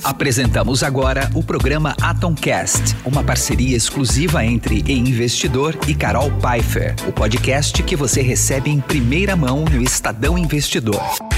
Apresentamos agora o programa Atomcast, uma parceria exclusiva entre E Investidor e Carol Pfeiffer, o podcast que você recebe em primeira mão no Estadão Investidor.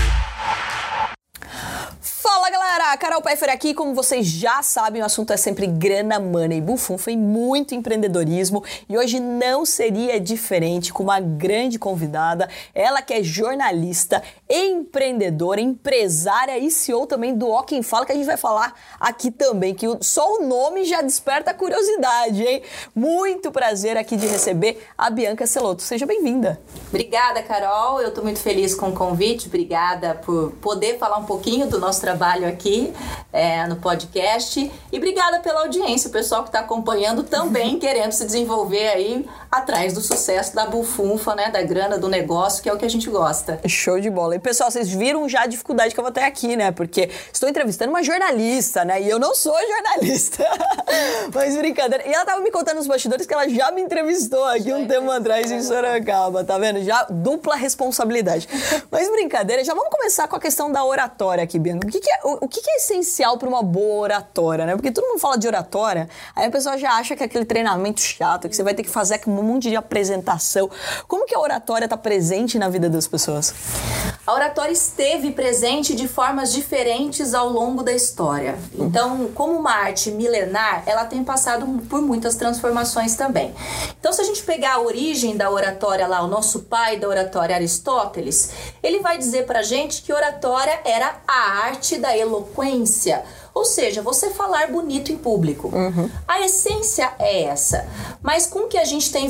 Fala galera, Carol Pfeiffer aqui. Como vocês já sabem, o assunto é sempre grana, money, bufunfa e muito empreendedorismo. E hoje não seria diferente, com uma grande convidada, ela que é jornalista, empreendedora, empresária e CEO também do Ó Quem Fala, que a gente vai falar aqui também, que só o nome já desperta curiosidade, hein? Muito prazer aqui de receber a Bianca Celotto. Seja bem-vinda. Obrigada, Carol. Eu estou muito feliz com o convite. Obrigada por poder falar um pouquinho do nosso trabalho aqui no podcast. E obrigada pela audiência, o pessoal que está acompanhando também querendo se desenvolver aí atrás do sucesso da bufunfa, né? Da grana, do negócio, que é o que a gente gosta. Show de bola. E pessoal, vocês viram já a dificuldade que eu vou ter aqui, né? Porque estou entrevistando uma jornalista, né? E eu não sou jornalista. Mas brincadeira. E ela tava me contando nos bastidores que ela já me entrevistou aqui um tempo atrás em Sorocaba, tá vendo? Já dupla responsabilidade. Mas brincadeira, já vamos começar com a questão da oratória aqui, Bianca. O que é essencial para uma boa oratória, né? Porque todo mundo fala de oratória, aí a pessoa já acha que é aquele treinamento chato, que você vai ter que fazer um monte de apresentação. Como que a oratória está presente na vida das pessoas? A oratória esteve presente de formas diferentes ao longo da história. Então, como uma arte milenar, ela tem passado por muitas transformações também. Então, se a gente pegar a origem da oratória lá, o nosso pai da oratória, Aristóteles, ele vai dizer pra gente que oratória era a arte da eloquência, ou seja, você falar bonito em público. A essência é essa. Mas com o que a gente tem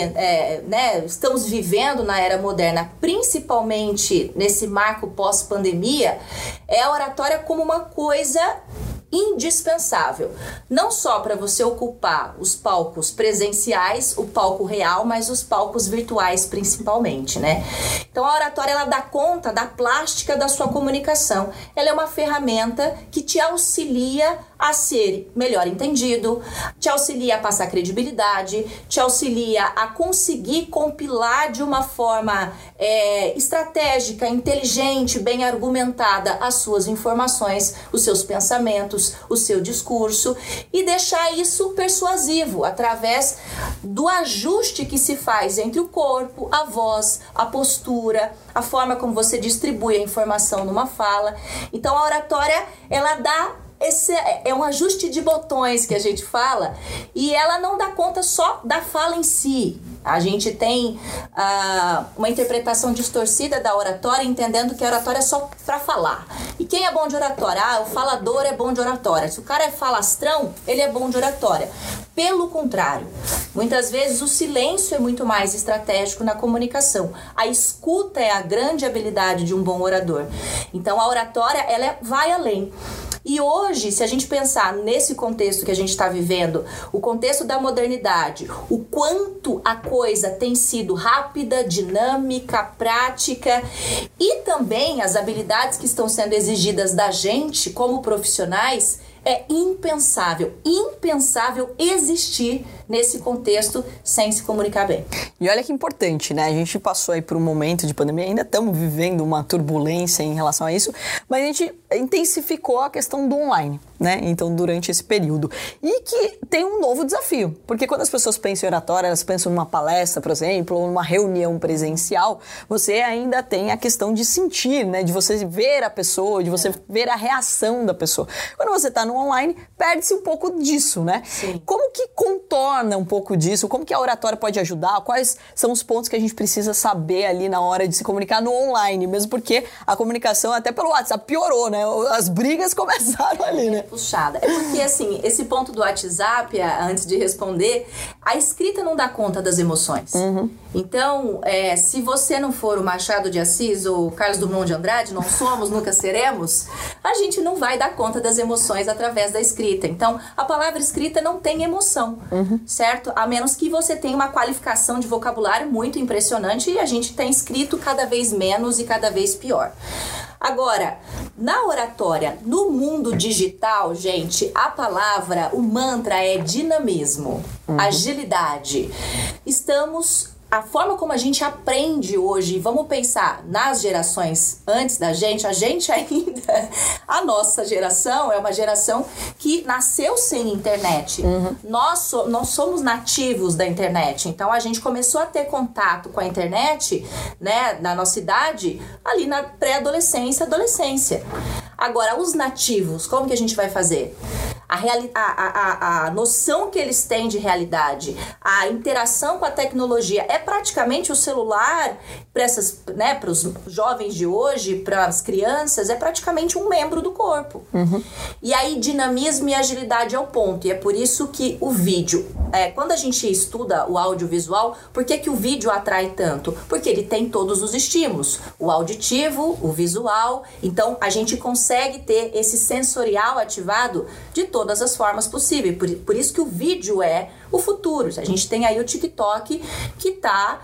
estamos vivendo na era moderna, principalmente nesse marco pós-pandemia, é a oratória como uma coisa indispensável, não só para você ocupar os palcos presenciais, o palco real, mas os palcos virtuais principalmente, né? Então a oratória, ela dá conta da plástica da sua comunicação. Ela é uma ferramenta que te auxilia a ser melhor entendido, te auxilia a passar credibilidade, te auxilia a conseguir compilar de uma forma estratégica, inteligente, bem argumentada as suas informações, os seus pensamentos, o seu discurso, e deixar isso persuasivo através do ajuste que se faz entre o corpo, a voz, a postura, a forma como você distribui a informação numa fala. Então a oratória, ela dá é um ajuste de botões que a gente fala, e ela não dá conta só da fala em si. A gente tem uma interpretação distorcida da oratória, entendendo que a oratória é só para falar. E quem é bom de oratória? O falador é bom de oratória. Se o cara é falastrão, ele é bom de oratória. Pelo contrário, muitas vezes o silêncio é muito mais estratégico na comunicação. A escuta é a grande habilidade de um bom orador. Então a oratória, ela vai além. E hoje, se a gente pensar nesse contexto que a gente está vivendo, o contexto da modernidade, o quanto a coisa tem sido rápida, dinâmica, prática, e também as habilidades que estão sendo exigidas da gente como profissionais, é impensável existir nesse contexto sem se comunicar bem. E olha que importante, né? A gente passou aí por um momento de pandemia, ainda estamos vivendo uma turbulência em relação a isso, mas a gente intensificou a questão do online, né? Então, durante esse período. E que tem um novo desafio, porque quando as pessoas pensam em oratória, elas pensam numa palestra, por exemplo, ou numa reunião presencial, você ainda tem a questão de sentir, né? De você ver a pessoa, de você ver a reação da pessoa. Quando você está no online, perde-se um pouco disso, né? Sim. Como que contorna um pouco disso? Como que a oratória pode ajudar? Quais são os pontos que a gente precisa saber ali na hora de se comunicar no online? Mesmo porque a comunicação até pelo WhatsApp piorou, né? As brigas começaram ali, né? Puxada. É porque, assim, esse ponto do WhatsApp, antes de responder, a escrita não dá conta das emoções. Então, se você não for o Machado de Assis ou Carlos Drummond de Andrade, não somos, nunca seremos, a gente não vai dar conta das emoções através da escrita. Então, a palavra escrita não tem emoção, certo? A menos que você tenha uma qualificação de vocabulário muito impressionante, e a gente tem escrito cada vez menos e cada vez pior. Agora, na oratória, no mundo digital, gente, a palavra, o mantra é dinamismo, agilidade. Estamos a forma como a gente aprende hoje, vamos pensar nas gerações antes da gente, a gente ainda, a nossa geração é uma geração que nasceu sem internet. Nós somos nativos da internet, então a gente começou a ter contato com a internet, né, na nossa idade, ali na pré-adolescência, adolescência. Agora, os nativos, como que a gente vai fazer? A noção que eles têm de realidade, a interação com a tecnologia é praticamente o celular para os jovens de hoje, para as crianças, é praticamente um membro do corpo. E aí dinamismo e agilidade é o ponto, e é por isso que o vídeo, quando a gente estuda o audiovisual, por que o vídeo atrai tanto? Porque ele tem todos os estímulos, o auditivo, o visual, então a gente consegue ter esse sensorial ativado de todas as formas possíveis. Por isso que o vídeo é o futuro. A gente tem aí o TikTok que está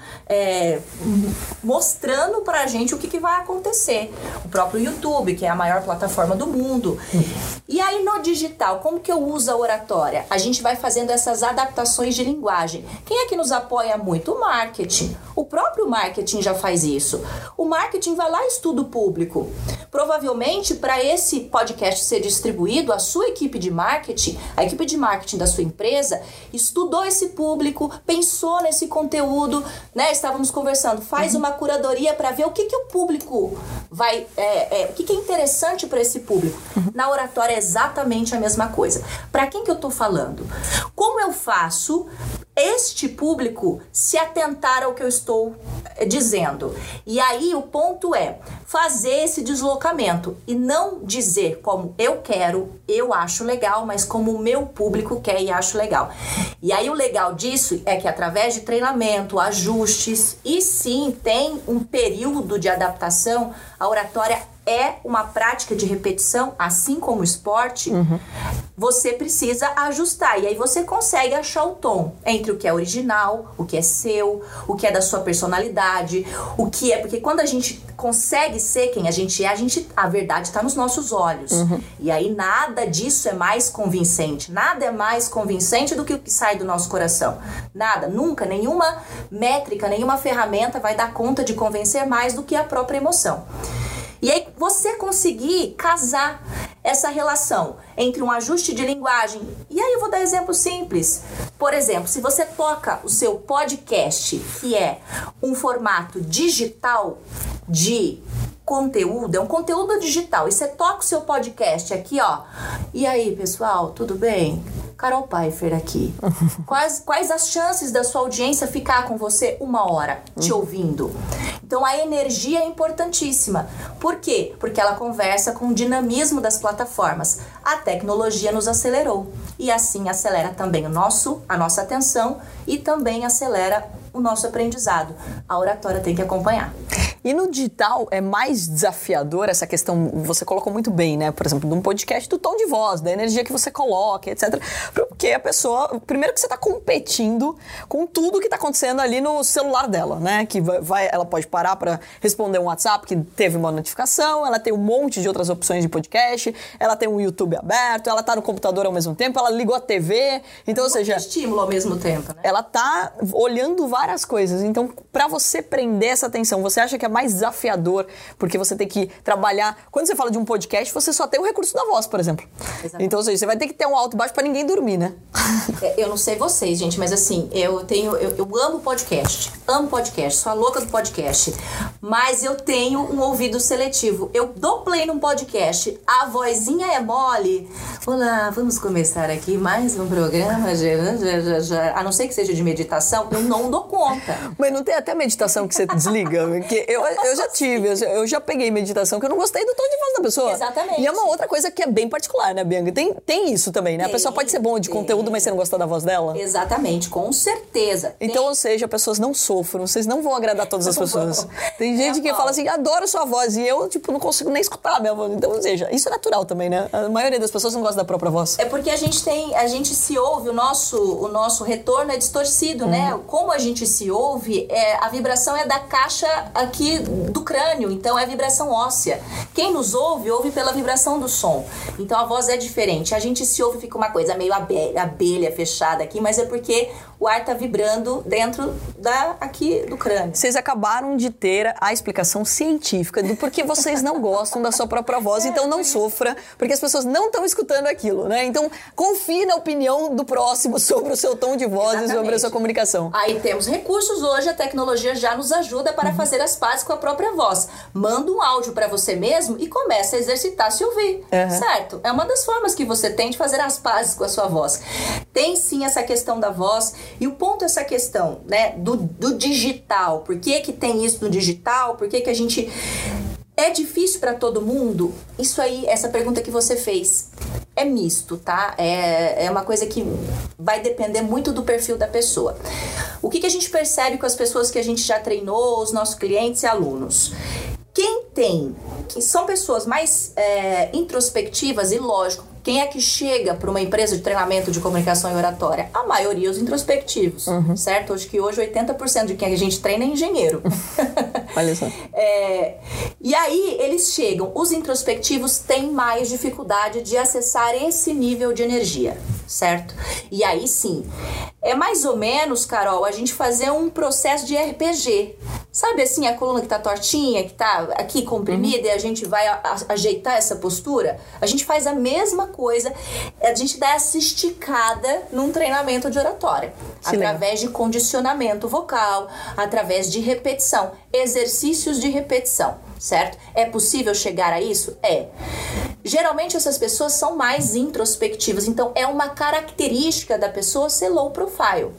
mostrando pra gente o que vai acontecer. O próprio YouTube, que é a maior plataforma do mundo. E aí no digital, como que eu uso a oratória? A gente vai fazendo essas adaptações de linguagem. Quem é que nos apoia muito? O marketing. O próprio marketing já faz isso. O marketing vai lá e estuda o público. Provavelmente, para esse podcast ser distribuído, a sua equipe de marketing, a equipe de marketing da sua empresa, estudou esse público, pensou nesse conteúdo, né? Estávamos conversando, faz uma curadoria para ver o que o público vai, o que é interessante para esse público. Na oratória é exatamente a mesma coisa. Para quem que eu estou falando? Como eu faço este público se atentar ao que eu estou dizendo? E aí o ponto é fazer esse deslocamento e não dizer como eu quero, eu acho legal, mas como o meu público quer e acho legal. E aí o legal disso é que através de treinamento, ajustes, e sim tem um período de adaptação, a oratória é uma prática de repetição, assim como o esporte, você precisa ajustar. E aí você consegue achar o tom entre o que é original, o que é seu, o que é da sua personalidade, o que é... Porque quando a gente consegue ser quem a gente é, a verdade está nos nossos olhos. E aí nada disso é mais convincente. Nada é mais convincente do que o que sai do nosso coração. Nada, nunca, nenhuma métrica, nenhuma ferramenta vai dar conta de convencer mais do que a própria emoção. E aí você conseguir casar essa relação entre um ajuste de linguagem. E aí eu vou dar exemplo simples. Por exemplo, se você toca o seu podcast, que é um formato digital de conteúdo, é um conteúdo digital, e você toca o seu podcast aqui, ó. E aí, pessoal, tudo bem? Carol Pfeiffer aqui. Quais as chances da sua audiência ficar com você 1 hora te ouvindo? Então a energia é importantíssima. Por quê? Porque ela conversa com o dinamismo das plataformas. A tecnologia nos acelerou e assim acelera também a nossa atenção e também acelera o nosso aprendizado. A oratória tem que acompanhar. E no digital é mais desafiador essa questão, você colocou muito bem, né? Por exemplo, de um podcast, do tom de voz, da energia que você coloca, etc. Porque a pessoa, primeiro que você está competindo com tudo que está acontecendo ali no celular dela, né? Que ela pode parar para responder um WhatsApp que teve uma notificação, ela tem um monte de outras opções de podcast, ela tem um YouTube aberto, ela está no computador ao mesmo tempo, ela ligou a TV, então, ou seja... estímulo ao mesmo tempo, né? Ela está olhando várias coisas, então, para você prender essa atenção, você acha que é mais desafiador, porque você tem que trabalhar... Quando você fala de um podcast, você só tem o recurso da voz, por exemplo. Exatamente. Então, ou seja, você vai ter que ter um alto e baixo para ninguém dormir, né? Eu não sei vocês, gente, mas assim, eu amo podcast, sou a louca do podcast, mas eu tenho um ouvido seletivo. Eu dou play num podcast, a vozinha é mole. Olá, vamos começar aqui mais um programa, a não ser que seja de meditação, eu não dou conta. Mas não tem até meditação que você desliga? Porque eu já tive, eu já peguei meditação que eu não gostei do tom de voz da pessoa. Exatamente. E é uma outra coisa que é bem particular, né, Bianca? Tem isso também, né? A pessoa pode ser boa de conteúdo, mas você não gosta da voz dela? Exatamente, com certeza. Então, ou seja, pessoas não sofram, vocês não vão agradar todas as pessoas. Tem gente que fala assim, adoro sua voz, e eu, não consigo nem escutar a minha voz. Então, ou seja, isso é natural também, né? A maioria das pessoas não gosta da própria voz. É porque a gente se ouve, o nosso retorno é distorcido, né? Como a gente se ouve, a vibração é da caixa aqui do crânio, então é vibração óssea. Quem nos ouve pela vibração do som. Então a voz é diferente. A gente se ouve, fica uma coisa meio abelha fechada aqui, mas é porque o ar tá vibrando dentro aqui do crânio. Vocês acabaram de ter a explicação científica do porquê vocês não gostam da sua própria voz, então não sofra, porque as pessoas não estão escutando aquilo, né? Então confie na opinião do próximo sobre o seu tom de voz. Exatamente. E sobre a sua comunicação. Aí temos recursos hoje, a tecnologia já nos ajuda para fazer as pazes com a própria voz. Manda um áudio para você mesmo e começa a exercitar se ouvir, certo? É uma das formas que você tem de fazer as pazes com a sua voz. Tem sim essa questão da voz, e o ponto é essa questão, né, do digital. Por que tem isso no digital? Por que a gente... É difícil para todo mundo? Isso aí, essa pergunta que você fez, é misto, tá? É uma coisa que vai depender muito do perfil da pessoa. O que a gente percebe com as pessoas que a gente já treinou, os nossos clientes e alunos? Que são pessoas mais introspectivas, e lógico, quem é que chega para uma empresa de treinamento de comunicação e oratória? A maioria os introspectivos, certo? Acho que hoje 80% de quem a gente treina é engenheiro. Olha só. E aí eles chegam, os introspectivos têm mais dificuldade de acessar esse nível de energia, certo? E aí sim, é mais ou menos, Carol, a gente fazer um processo de RPG. Sabe assim, a coluna que tá tortinha, que tá aqui comprimida, e a gente vai ajeitar essa postura? A gente faz a mesma coisa, a gente dá essa esticada num treinamento de oratória. Através de condicionamento vocal, através de repetição, exercícios de repetição, certo? É possível chegar a isso? É. Geralmente essas pessoas são mais introspectivas, então é uma característica da pessoa ser low profile.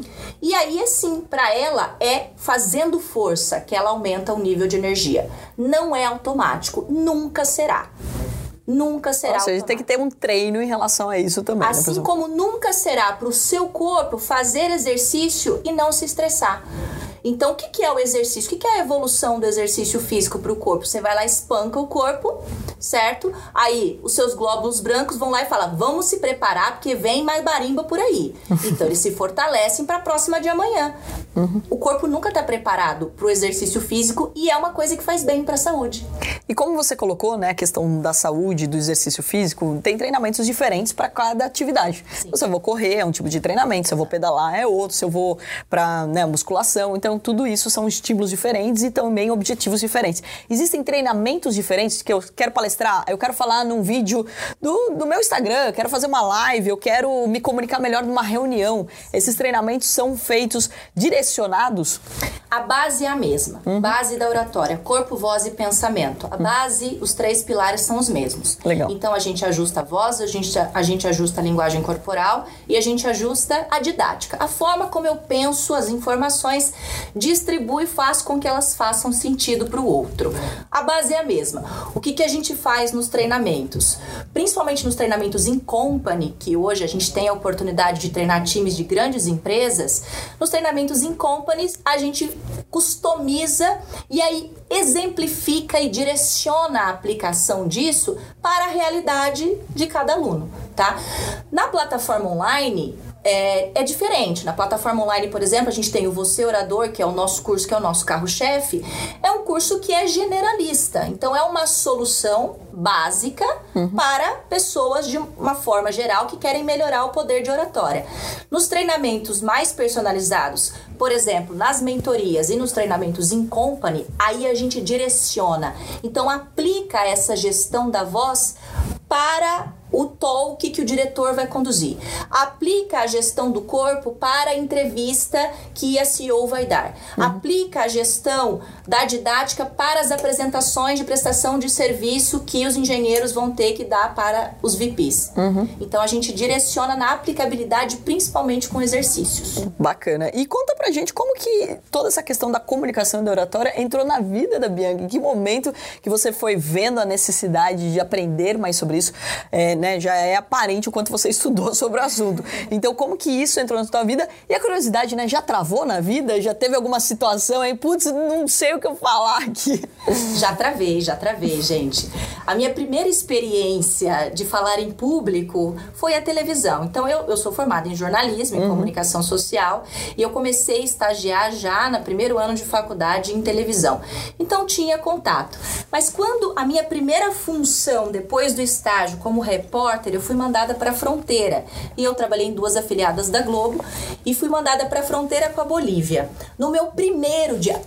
E aí, assim, para ela é fazendo força que ela aumenta o nível de energia. Não é automático, nunca será. Nunca será. Ou seja, tem que ter um treino em relação a isso também. Assim como nunca será para o seu corpo fazer exercício e não se estressar. Então, o que é o exercício? O que é a evolução do exercício físico para o corpo? Você vai lá e espanca o corpo, certo? Aí, os seus glóbulos brancos vão lá e falam, vamos se preparar porque vem mais marimba por aí. Então, eles se fortalecem para a próxima de amanhã. O corpo nunca está preparado para o exercício físico, e é uma coisa que faz bem para a saúde. E como você colocou, né, a questão da saúde, do exercício físico, tem treinamentos diferentes para cada atividade. Sim. Se eu vou correr, é um tipo de treinamento. Se eu vou pedalar, é outro. Se eu vou para, né, musculação, então tudo isso são estímulos diferentes e também objetivos diferentes. Existem treinamentos diferentes que eu quero palestrar, eu quero falar num vídeo do meu Instagram, eu quero fazer uma live, eu quero me comunicar melhor numa reunião. Esses treinamentos são feitos direcionados? A base é a mesma. Base da oratória, corpo, voz e pensamento. A base, os 3 pilares são os mesmos. Legal. Então a gente ajusta a voz, a gente ajusta a linguagem corporal e a gente ajusta a didática. A forma como eu penso as informações, distribui e faz com que elas façam sentido para o outro. A base é a mesma. O que a gente faz nos treinamentos? Principalmente nos treinamentos in company, que hoje a gente tem a oportunidade de treinar times de grandes empresas, nos treinamentos in company a gente customiza e aí exemplifica e direciona a aplicação disso para a realidade de cada aluno, tá? Na plataforma online, é diferente. Na plataforma online, por exemplo, a gente tem o Você Orador, que é o nosso curso, que é o nosso carro-chefe. É um curso que é generalista. Então, é uma solução básica para pessoas de uma forma geral que querem melhorar o poder de oratória. Nos treinamentos mais personalizados, por exemplo, nas mentorias e nos treinamentos in company, aí a gente direciona. Então, aplica essa gestão da voz para o talk que o diretor vai conduzir. Aplica a gestão do corpo para a entrevista que a CEO vai dar. Aplica a gestão da didática para as apresentações de prestação de serviço que os engenheiros vão ter que dar para os VPs. Então, a gente direciona na aplicabilidade, principalmente com exercícios. Bacana. E conta pra gente como que toda essa questão da comunicação e da oratória entrou na vida da Bianca. Em que momento que você foi vendo a necessidade de aprender mais sobre isso? Né, já é aparente o quanto você estudou sobre o assunto. Então, como que isso entrou na sua vida? E a curiosidade, né? Já travou na vida? Já teve alguma situação aí? Putz, não sei o que eu falar aqui. Já travei, gente. A minha primeira experiência de falar em público foi a televisão. Então, eu sou formada em jornalismo, em comunicação social, e eu comecei a estagiar já no primeiro ano de faculdade em televisão. Então, tinha contato. Mas quando a minha primeira função, depois do estágio como repórter, eu fui mandada para a fronteira. E eu trabalhei em 2 afiliadas da Globo e fui mandada para a fronteira com a Bolívia. No meu primeiro dia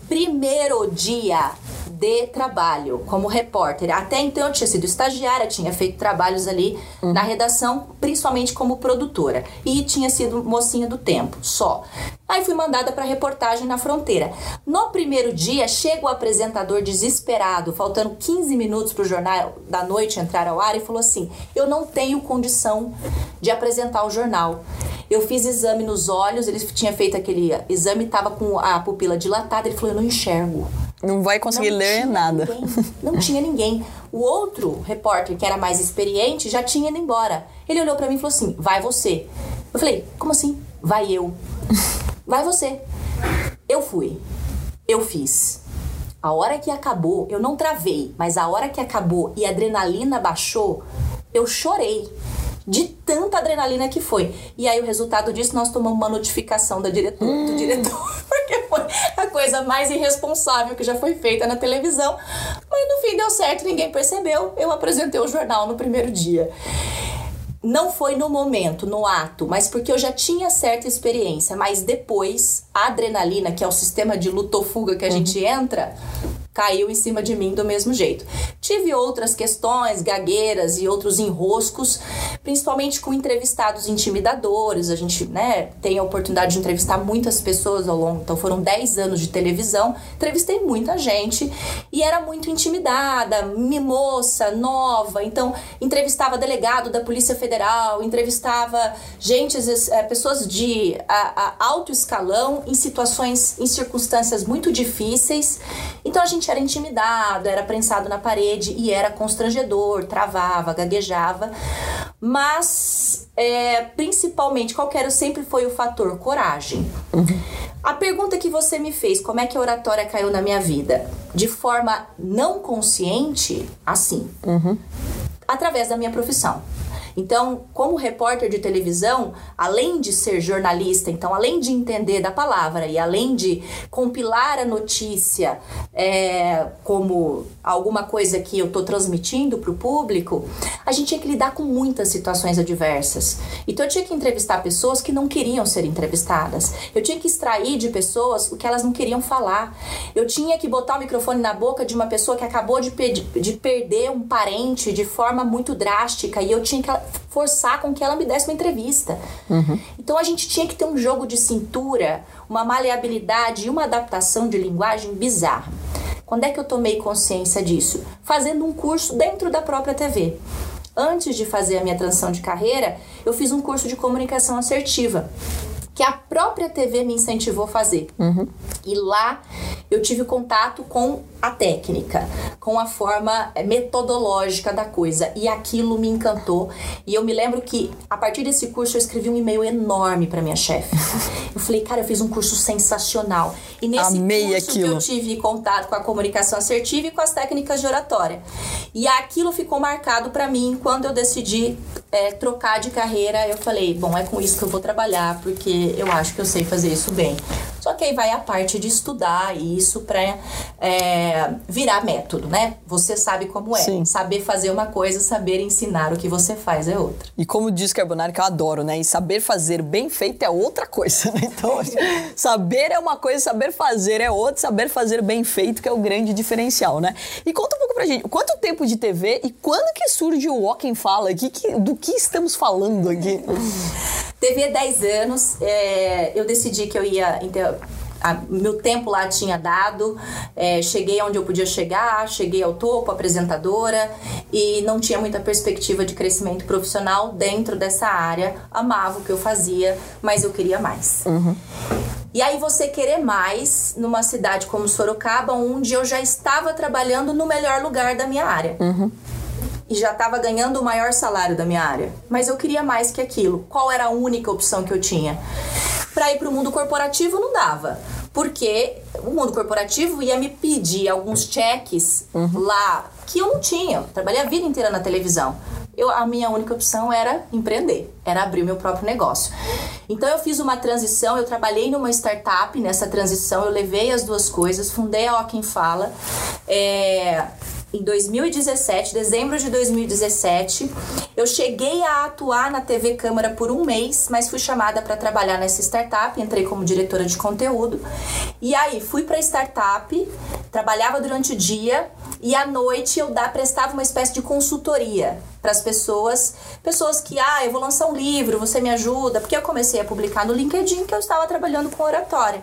de trabalho como repórter. Até então eu tinha sido estagiária, tinha feito trabalhos ali na redação, principalmente como produtora. E tinha sido mocinha do tempo, só. Aí fui mandada para reportagem na fronteira. No primeiro dia, chega o apresentador desesperado, faltando 15 minutos para o Jornal da Noite entrar ao ar, e falou assim: eu não tenho condição de apresentar o jornal. Eu fiz exame nos olhos, ele tinha feito aquele exame, estava com a pupila dilatada, ele falou: eu não enxergo. Não vai conseguir ler nada. Não tinha ninguém. O outro repórter, que era mais experiente, já tinha ido embora. Ele olhou pra mim e falou assim: vai você. Eu falei: como assim? Vai eu. Vai você. Eu fui. Eu fiz. A hora que acabou, eu não travei, mas a hora que acabou e a adrenalina baixou, eu chorei. De tanta adrenalina que foi. E aí o resultado disso, nós tomamos uma notificação do diretor, porque foi a coisa mais irresponsável que já foi feita na televisão. Mas no fim deu certo, ninguém percebeu. Eu apresentei o jornal no primeiro dia. Não foi no momento, no ato, mas porque eu já tinha certa experiência. Mas depois, a adrenalina, que é o sistema de luta ou fuga que a gente entra, caiu em cima de mim do mesmo jeito. Tive outras questões, gagueiras e outros enroscos, principalmente com entrevistados intimidadores. A gente, né, tem a oportunidade de entrevistar muitas pessoas ao longo, então foram 10 anos de televisão, entrevistei muita gente e era muito intimidada, moça, nova, então entrevistava delegado da Polícia Federal, entrevistava pessoas de alto escalão em situações, em circunstâncias muito difíceis. Então a gente era intimidado, era prensado na parede e era constrangedor, travava, gaguejava. Mas, principalmente, sempre foi o fator coragem. A pergunta que você me fez, como é que a oratória caiu na minha vida? De forma não consciente, assim, através da minha profissão. Então, como repórter de televisão, além de ser jornalista, então além de entender da palavra e além de compilar a notícia como alguma coisa que eu estou transmitindo para o público, a gente tinha que lidar com muitas situações adversas. Então eu tinha que entrevistar pessoas que não queriam ser entrevistadas. Eu tinha que extrair de pessoas o que elas não queriam falar. Eu tinha que botar o microfone na boca de uma pessoa que acabou de perder um parente de forma muito drástica e eu tinha que forçar com que ela me desse uma entrevista. Então a gente tinha que ter um jogo de cintura, uma maleabilidade e uma adaptação de linguagem bizarra. Quando é que eu tomei consciência disso? Fazendo um curso dentro da própria TV. Antes de fazer a minha transição de carreira, eu fiz um curso de comunicação assertiva, que a própria TV me incentivou a fazer. E lá eu tive contato com a técnica, com a forma metodológica da coisa. E aquilo me encantou. E eu me lembro que, a partir desse curso, eu escrevi um e-mail enorme pra minha chefe. Eu falei: cara, eu fiz um curso sensacional. E nesse curso que eu tive contato com a comunicação assertiva e com as técnicas de oratória. E aquilo ficou marcado pra mim. Quando eu decidi trocar de carreira, eu falei: bom, é com isso que eu vou trabalhar, porque eu acho que eu sei fazer isso bem. Só que aí vai a parte de estudar isso pra virar método, né? Você sabe como é. Sim. Saber fazer uma coisa, saber ensinar o que você faz é outra. E como diz Carbonari, que eu adoro, né? E saber fazer bem feito é outra coisa, né? Então, saber é uma coisa, saber fazer é outra, saber fazer bem feito que é o grande diferencial, né? E conta um pouco pra gente, quanto tempo de TV e quando que surge o Walk and Fala aqui? Do que estamos falando aqui? TV 10 anos, eu decidi que eu ia... meu tempo lá tinha dado, cheguei onde eu podia chegar, cheguei ao topo, apresentadora, e não tinha muita perspectiva de crescimento profissional dentro dessa área. Amava o que eu fazia, mas eu queria mais. E aí você querer mais numa cidade como Sorocaba, onde eu já estava trabalhando no melhor lugar da minha área. E já estava ganhando o maior salário da minha área. Mas eu queria mais que aquilo. Qual era a única opção que eu tinha? Para ir para o mundo corporativo não dava. Porque o mundo corporativo ia me pedir alguns cheques lá que eu não tinha. Eu trabalhei a vida inteira na televisão. A minha única opção era empreender, era abrir o meu próprio negócio. Então eu fiz uma transição, eu trabalhei numa startup nessa transição, eu levei as duas coisas, fundei a Ó Quem Fala em 2017, dezembro de 2017. Eu cheguei a atuar na TV Câmara por um mês, mas fui chamada para trabalhar nessa startup, entrei como diretora de conteúdo. E aí fui para a startup, trabalhava durante o dia e à noite eu prestava uma espécie de consultoria para as pessoas que, eu vou lançar um livro, você me ajuda, porque eu comecei a publicar no LinkedIn que eu estava trabalhando com oratória.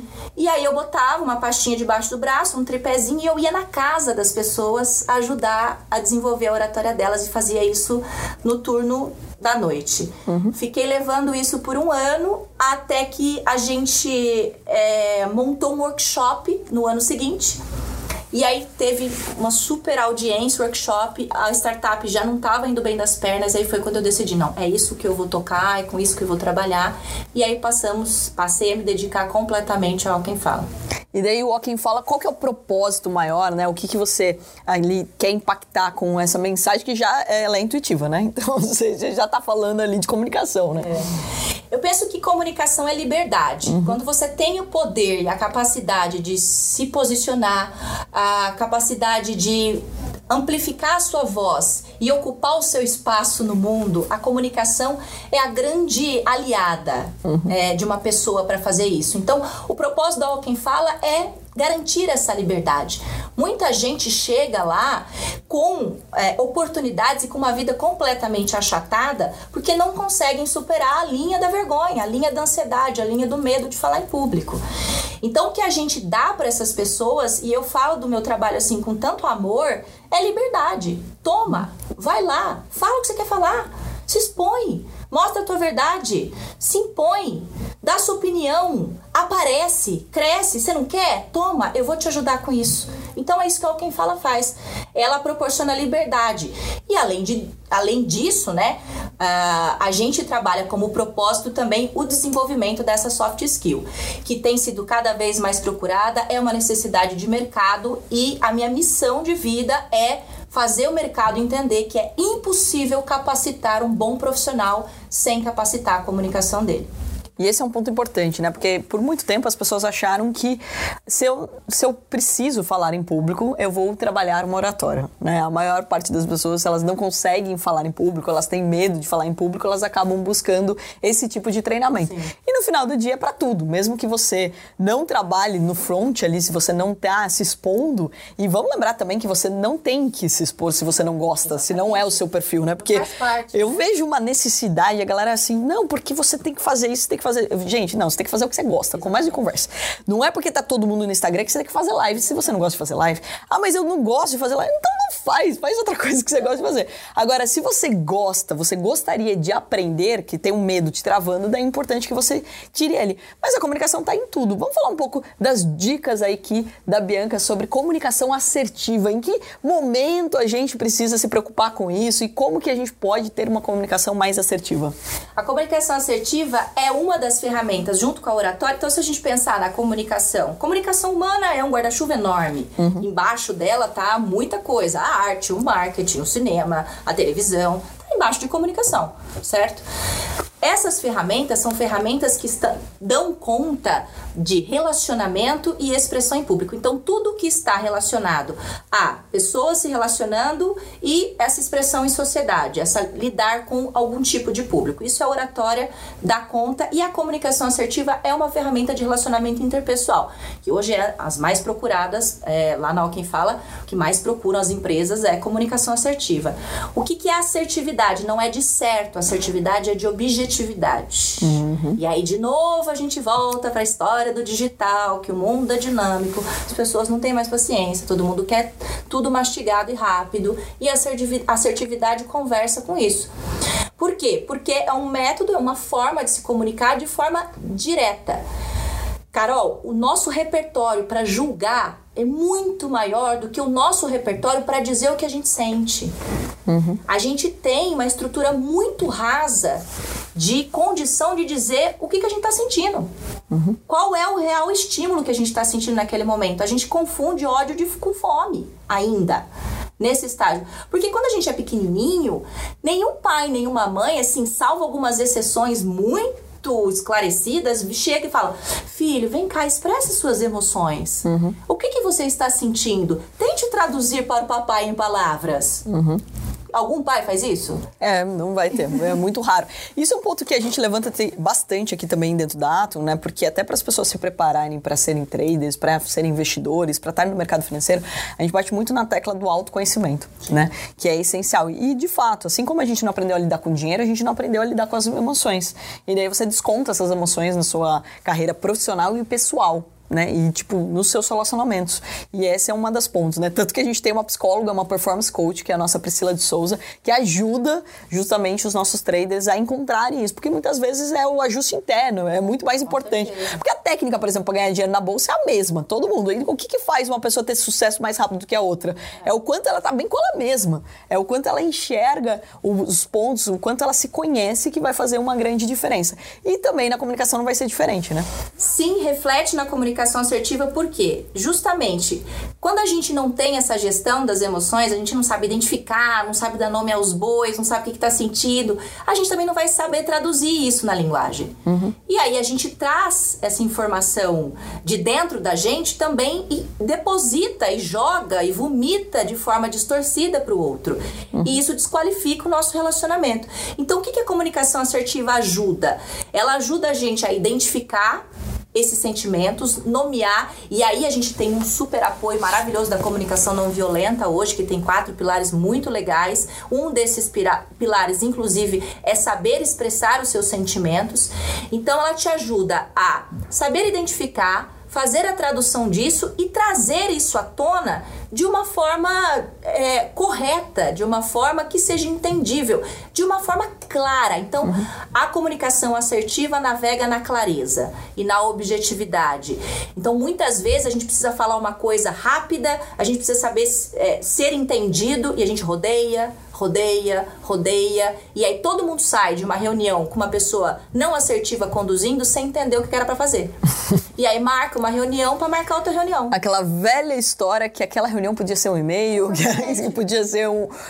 E aí eu botava uma pastinha debaixo do braço, um tripézinho, e eu ia na casa das pessoas ajudar a desenvolver a oratória delas, e fazia isso no turno da noite. Fiquei levando isso por um ano, até que a gente montou um workshop no ano seguinte. E aí teve uma super audiência, workshop, a startup já não estava indo bem das pernas, aí foi quando eu decidi, não, é isso que eu vou tocar, é com isso que eu vou trabalhar. E aí passei a me dedicar completamente ao Ó Quem Fala. E daí o Ó Quem Fala, qual que é o propósito maior, né? O que você ali quer impactar com essa mensagem que ela é intuitiva, né? Então você já tá falando ali de comunicação, né? Eu penso que comunicação é liberdade. Quando você tem o poder e a capacidade de se posicionar, a capacidade de amplificar a sua voz e ocupar o seu espaço no mundo, a comunicação é a grande aliada de uma pessoa para fazer isso. Então, o propósito da Ó Quem Fala é garantir essa liberdade. Muita gente chega lá com oportunidades e com uma vida completamente achatada porque não conseguem superar a linha da vergonha, a linha da ansiedade, a linha do medo de falar em público. Então, o que a gente dá para essas pessoas, e eu falo do meu trabalho assim com tanto amor, é liberdade. Toma, vai lá, fala o que você quer falar, se expõe, mostra a tua verdade, se impõe, dá sua opinião, aparece, cresce. Você não quer? Toma, eu vou te ajudar com isso. Então é isso que a Ó Quem Fala faz. Ela proporciona liberdade. E além disso, né, a gente trabalha como propósito também o desenvolvimento dessa soft skill, que tem sido cada vez mais procurada, é uma necessidade de mercado, e a minha missão de vida é fazer o mercado entender que é impossível capacitar um bom profissional sem capacitar a comunicação dele. E esse é um ponto importante, né? Porque por muito tempo as pessoas acharam que se eu preciso falar em público, eu vou trabalhar uma oratória, né? A maior parte das pessoas, elas não conseguem falar em público, elas têm medo de falar em público, elas acabam buscando esse tipo de treinamento. Sim. E no final do dia é pra tudo. Mesmo que você não trabalhe no front ali, se você não tá se expondo, e vamos lembrar também que você não tem que se expor se você não gosta, exatamente, se não é o seu perfil, né? Porque eu vejo uma necessidade, a galera é assim, não, porque você tem que fazer isso, tem que fazer... Gente, não, você tem que fazer o que você gosta, com mais de conversa. Não é porque tá todo mundo no Instagram que você tem que fazer live. Se você não gosta de fazer live, mas eu não gosto de fazer live, então não faz outra coisa que você gosta de fazer. Agora, se você gostaria de aprender, que tem um medo te travando, daí é importante que você tire ele. Mas a comunicação tá em tudo. Vamos falar um pouco das dicas aí da Bianca sobre comunicação assertiva. Em que momento a gente precisa se preocupar com isso e como que a gente pode ter uma comunicação mais assertiva? A comunicação assertiva é uma das ferramentas junto com a oratória. Então, se a gente pensar na comunicação humana é um guarda-chuva enorme. Embaixo dela tá muita coisa, a arte, o marketing, o cinema, a televisão, tá embaixo de comunicação, certo? Essas ferramentas são ferramentas que dão conta de relacionamento e expressão em público. Então, tudo que está relacionado a pessoas se relacionando e essa expressão em sociedade, lidar com algum tipo de público. Isso a oratória dá conta, e a comunicação assertiva é uma ferramenta de relacionamento interpessoal, que hoje é as mais procuradas, lá na Ó Quem Fala, o que mais procuram as empresas é comunicação assertiva. O que é assertividade? Não é de certo, assertividade é de objetividade. E aí, de novo, a gente volta para a história do digital, que o mundo é dinâmico, as pessoas não têm mais paciência, todo mundo quer tudo mastigado e rápido, e a assertividade conversa com isso. Por quê? Porque é um método, é uma forma de se comunicar de forma direta. Carol, o nosso repertório para julgar é muito maior do que o nosso repertório para dizer o que a gente sente. A gente tem uma estrutura muito rasa de condição de dizer o que a gente está sentindo. Qual é o real estímulo que a gente está sentindo naquele momento? A gente confunde ódio com fome ainda. Nesse estágio. Porque quando a gente é pequenininho, nenhum pai, nenhuma mãe, assim, salvo algumas exceções muito esclarecidas, chega e fala: filho, vem cá, expresse suas emoções. O que você está sentindo? Tente traduzir para o papai em palavras. Algum pai faz isso? Não vai ter, é muito raro. Isso é um ponto que a gente levanta bastante aqui também dentro da Atom, né? Porque até para as pessoas se prepararem para serem traders, para serem investidores, para estarem no mercado financeiro, a gente bate muito na tecla do autoconhecimento, né? Que é essencial. E, de fato, assim como a gente não aprendeu a lidar com dinheiro, a gente não aprendeu a lidar com as emoções. E daí você desconta essas emoções na sua carreira profissional e pessoal. Né? E, tipo, nos seus relacionamentos. E essa é uma das pontos, né? Tanto que a gente tem uma psicóloga, uma performance coach, que é a nossa Priscila de Souza, que ajuda justamente os nossos traders a encontrarem isso. Porque muitas vezes é o ajuste interno, é muito mais importante. Porque a técnica, por exemplo, para ganhar dinheiro na bolsa é a mesma, todo mundo. E o que faz uma pessoa ter sucesso mais rápido do que a outra? É o quanto ela tá bem com ela mesma. É o quanto ela enxerga os pontos, o quanto ela se conhece, que vai fazer uma grande diferença. E também na comunicação não vai ser diferente, né? Sim, reflete na comunicação assertiva, por quê? Justamente, quando a gente não tem essa gestão das emoções, a gente não sabe identificar, não sabe dar nome aos bois, não sabe o que está sentindo, a gente também não vai saber traduzir isso na linguagem. E aí a gente traz essa informação de dentro da gente também e deposita e joga e vomita de forma distorcida para o outro. E isso desqualifica o nosso relacionamento. Então, o que a comunicação assertiva ajuda? Ela ajuda a gente a identificar esses sentimentos, nomear, e aí a gente tem um super apoio maravilhoso da comunicação não violenta hoje, que tem 4 pilares muito legais. Um desses pilares, inclusive, é saber expressar os seus sentimentos. Então, ela te ajuda a saber identificar, fazer a tradução disso e trazer isso à tona de uma forma correta, de uma forma que seja entendível, de uma forma clara. Então, a comunicação assertiva navega na clareza e na objetividade. Então, muitas vezes a gente precisa falar uma coisa rápida, a gente precisa saber ser entendido e a gente rodeia, e aí todo mundo sai de uma reunião com uma pessoa não assertiva conduzindo sem entender o que era pra fazer. E aí marca uma reunião pra marcar outra reunião. Aquela velha história que aquela reunião podia ser um e-mail, que podia ser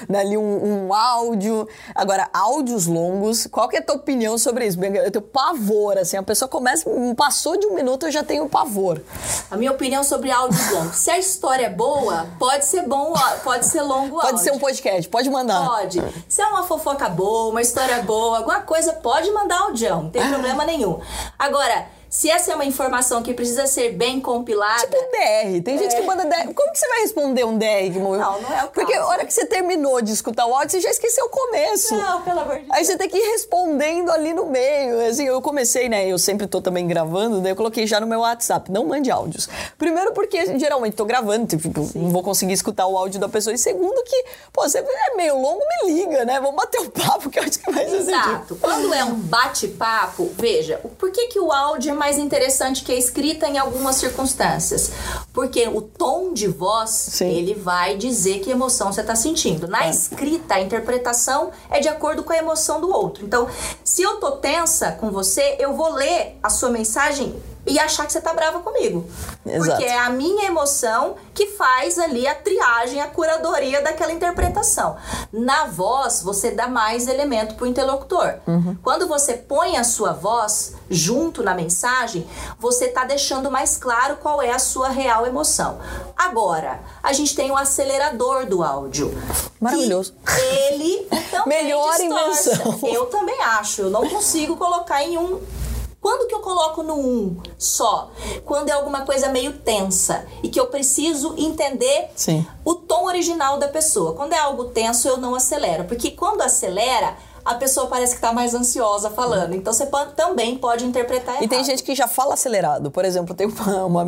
um áudio. Agora, áudios longos, qual que é a tua opinião sobre isso? Eu tenho pavor, assim, a pessoa passou de 1 minuto, eu já tenho pavor. A minha opinião sobre áudios longos: se a história é boa, pode ser bom, pode ser longo áudio. Pode ser um podcast, pode mandar. Pode. Se é uma fofoca boa, uma história boa, alguma coisa, pode mandar audião, não tem problema nenhum. Agora, se essa é uma informação que precisa ser bem compilada... Tipo um DR. Tem gente que manda DR. Como que você vai responder um DR que morreu? Não é o caso. Porque a hora que você terminou de escutar o áudio, você já esqueceu o começo. Não, pelo amor de Deus. Aí você tem que ir respondendo ali no meio. Assim, eu comecei, né? Eu sempre tô também gravando, daí eu coloquei já no meu WhatsApp. Não mande áudios. Primeiro porque, geralmente, tô gravando, tipo, não vou conseguir escutar o áudio da pessoa. E segundo que, você é meio longo, me liga, né? Vamos bater um papo, que eu acho que vai ser Exato. Quando é um bate-papo, veja, por que o áudio é mais interessante que a escrita em algumas circunstâncias? Porque o tom de voz, ele vai dizer que emoção você está sentindo. Na escrita, a interpretação é de acordo com a emoção do outro. Então, se eu tô tensa com você, eu vou ler a sua mensagem e achar que você tá brava comigo. Exato. Porque é a minha emoção que faz ali a triagem, a curadoria daquela interpretação. Na voz, você dá mais elemento pro interlocutor. Quando você põe a sua voz junto na mensagem, você tá deixando mais claro qual é a sua real emoção. Agora, a gente tem o acelerador do áudio. Maravilhoso. Ele também melhor distorce. invenção. Eu também acho. Eu não consigo colocar em um... Quando que eu coloco no 1 só? Quando é alguma coisa meio tensa e que eu preciso entender o tom original da pessoa. Quando é algo tenso, eu não acelero. Porque quando acelera, a pessoa parece que tá mais ansiosa falando. Então, você também pode interpretar errado. E tem gente que já fala acelerado. Por exemplo, tem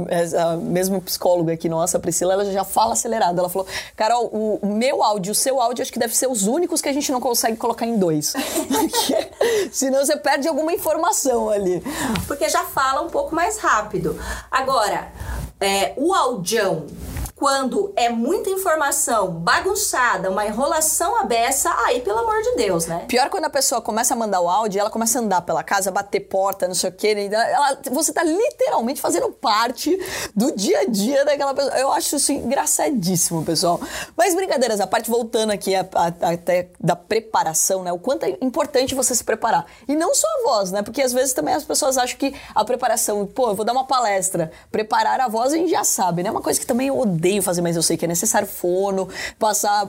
a mesma psicóloga aqui nossa, a Priscila, ela já fala acelerado. Ela falou, Carol, o meu áudio e o seu áudio, acho que deve ser os únicos que a gente não consegue colocar em 2. Porque senão você perde alguma informação ali. Porque já fala um pouco mais rápido. Agora, o audião, Quando é muita informação bagunçada, uma enrolação à beça, aí pelo amor de Deus, né? Pior quando a pessoa começa a mandar o áudio, ela começa a andar pela casa, bater porta, não sei o quê. Você tá literalmente fazendo parte do dia a dia daquela pessoa. Eu acho isso engraçadíssimo, pessoal. Mas brincadeiras à parte, voltando aqui até da preparação, né? O quanto é importante você se preparar. E não só a voz, né? Porque às vezes também as pessoas acham que a preparação, eu vou dar uma palestra, preparar a voz a gente já sabe, né? Uma coisa que também eu odeio fazer, mas eu sei que é necessário fono, passar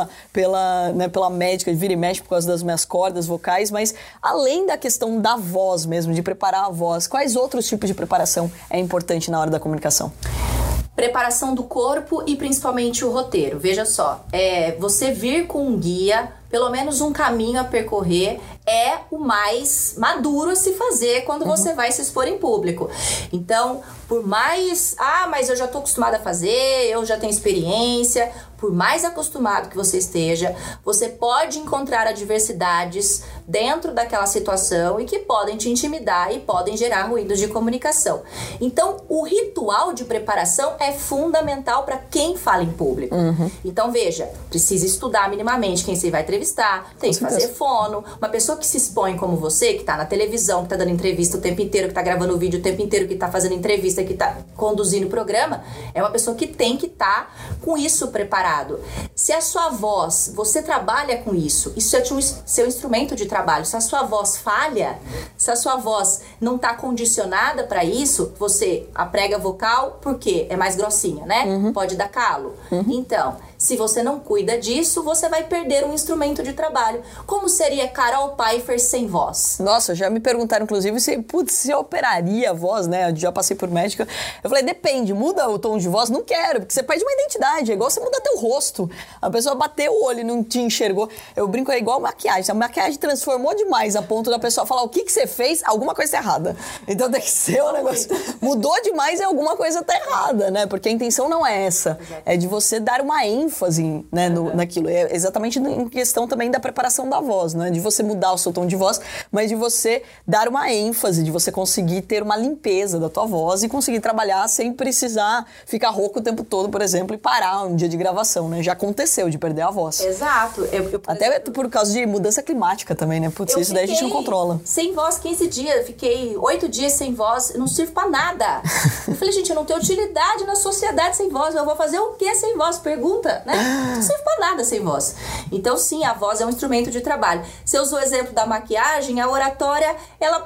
pela médica, vira e mexe por causa das minhas cordas vocais, mas além da questão da voz mesmo, de preparar a voz, quais outros tipos de preparação é importante na hora da comunicação? Preparação do corpo e principalmente o roteiro. Veja só, você vir com um guia, pelo menos um caminho a percorrer, é o mais maduro a se fazer quando você vai se expor em público. Então, por mais... mas eu já estou acostumada a fazer, eu já tenho experiência. Por mais acostumado que você esteja, você pode encontrar adversidades dentro daquela situação e que podem te intimidar e podem gerar ruídos de comunicação. Então, o ritual de preparação é fundamental para quem fala em público. Então, veja, precisa estudar minimamente quem você vai entrevistar, tem que fazer fono. Uma pessoa que se expõe como você, que está na televisão, que está dando entrevista o tempo inteiro, que está gravando vídeo o tempo inteiro, que está fazendo entrevista, que está conduzindo o programa, é uma pessoa que tem que estar com isso preparado. Se a sua voz, você trabalha com isso é seu instrumento de trabalho. Se a sua voz falha, se a sua voz não está condicionada para isso, a prega vocal, por quê? É mais grossinha, né? Pode dar calo. Então, se você não cuida disso, você vai perder um instrumento de trabalho. Como seria Carol Pfeiffer sem voz? Nossa, já me perguntaram, inclusive, se eu operaria a voz, né? Eu já passei por médica. Eu falei, depende, muda o tom de voz? Não quero, porque você perde uma identidade. É igual você mudar teu rosto. A pessoa bateu o olho e não te enxergou. Eu brinco, é igual maquiagem. A maquiagem transformou demais a ponto da pessoa falar, o que você fez? Alguma coisa tá errada. Então tem que ser um negócio... Mudou demais e alguma coisa tá errada, né? Porque a intenção não é essa. É de você dar uma ênfase, né, naquilo. É exatamente em questão também da preparação da voz, né? De você mudar o seu tom de voz, mas de você dar uma ênfase, de você conseguir ter uma limpeza da tua voz e conseguir trabalhar sem precisar ficar rouco o tempo todo, por exemplo, e parar um dia de gravação, né? Já aconteceu de perder a voz. Exato. Até por causa de mudança climática também, né? Putz, isso daí a gente não controla. Sem voz 15 dias, fiquei 8 dias sem voz, não sirvo pra nada. Eu falei, gente, eu não tenho utilidade na sociedade sem voz, eu vou fazer o que sem voz? Pergunta, né? Não serve pra nada sem voz. Então, sim, a voz é um instrumento de trabalho. Você usou o exemplo da maquiagem, a oratória,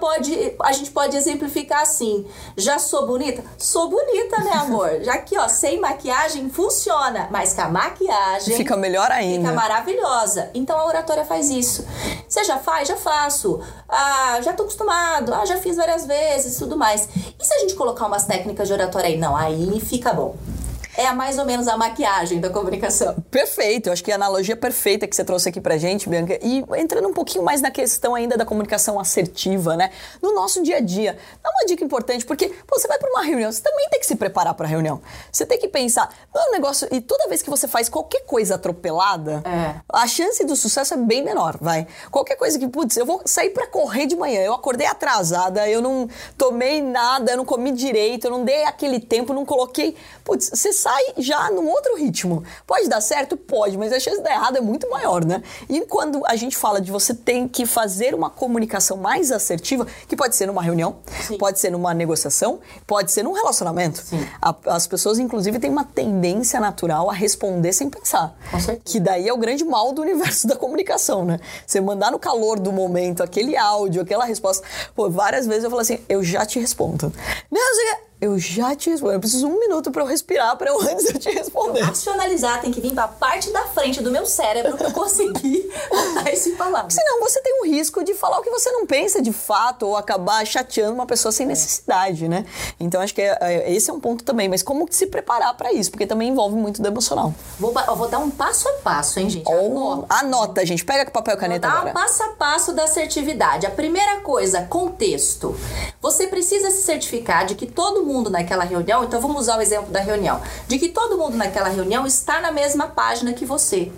a gente pode exemplificar assim, já sou bonita? Sou bonita, né, amor? Já que, sem maquiagem funciona, mas com a maquiagem... Fica melhor ainda. Fica maravilhosa. Então, a oratória faz isso. Você já faz? Já faço. Já tô acostumado. Já fiz várias vezes, tudo mais. E se a gente colocar umas técnicas de oratória aí? Não, aí fica bom. É mais ou menos a maquiagem da comunicação. Perfeito, eu acho que a analogia perfeita que você trouxe aqui pra gente, Bianca, e entrando um pouquinho mais na questão ainda da comunicação assertiva, né? No nosso dia a dia, dá uma dica importante, porque você vai pra uma reunião, você também tem que se preparar pra reunião. Você tem que pensar, não é um negócio, e toda vez que você faz qualquer coisa atropelada, a chance do sucesso é bem menor, vai. Qualquer coisa que, putz, eu vou sair pra correr de manhã, eu acordei atrasada, eu não tomei nada, eu não comi direito, eu não dei aquele tempo, não coloquei, putz, você sai já num outro ritmo. Pode dar certo? Pode, mas a chance de dar errado é muito maior, né? E quando a gente fala de você tem que fazer uma comunicação mais assertiva, que pode ser numa reunião, pode ser numa negociação, pode ser num relacionamento. As pessoas, inclusive, têm uma tendência natural a responder sem pensar. Que daí é o grande mal do universo da comunicação, né? Você mandar no calor do momento aquele áudio, aquela resposta. Pô, várias vezes eu falo assim, eu já te respondo. Não, eu já te respondo. Eu preciso 1 minuto pra eu respirar, pra eu antes eu te responder. Racionalizar tem que vir pra parte da frente do meu cérebro pra eu conseguir botar isso em palavras. Senão você tem o risco de falar o que você não pensa de fato ou acabar chateando uma pessoa sem necessidade, né? Então acho que esse é um ponto também. Mas como se preparar pra isso? Porque também envolve muito do emocional. Eu vou dar um passo a passo, hein, gente? Anota, gente. Pega papel e caneta agora. Vou dar um passo a passo da assertividade. A primeira coisa, contexto. Você precisa se certificar de que todo mundo naquela reunião, então vamos usar o exemplo da reunião, de que todo mundo naquela reunião está na mesma página que você.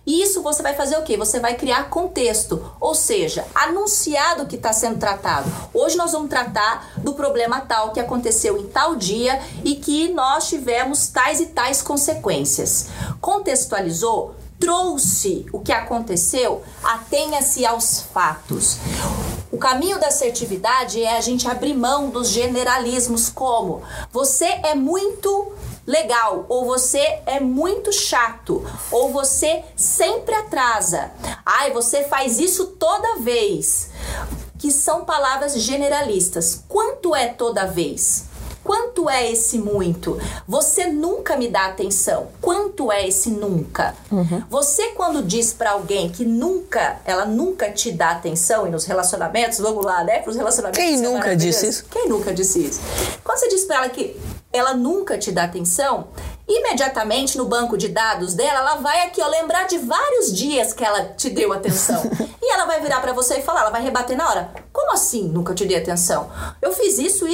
E isso você vai fazer o quê? Você vai criar contexto, ou seja, anunciar do que está sendo tratado. Hoje nós vamos tratar do problema tal que aconteceu em tal dia e que nós tivemos tais e tais consequências. Contextualizou? Trouxe o que aconteceu? Atenha-se aos fatos. O caminho da assertividade é a gente abrir mão dos generalismos como você é muito legal, ou você é muito chato, ou você sempre atrasa. Ai, você faz isso toda vez. Que são palavras generalistas. Quanto é toda vez? Quanto é esse muito? Você nunca me dá atenção. Quanto é esse nunca? Você quando diz pra alguém que ela nunca te dá atenção, e nos relacionamentos, vamos lá, né? Pros relacionamentos. Quem nunca disse isso? Quem nunca disse isso? Quando você diz pra ela que ela nunca te dá atenção, imediatamente no banco de dados dela, ela vai aqui, ó, lembrar de vários dias que ela te deu atenção. E ela vai virar pra você e falar, ela vai rebater na hora. Como assim nunca te dei atenção? Eu fiz isso.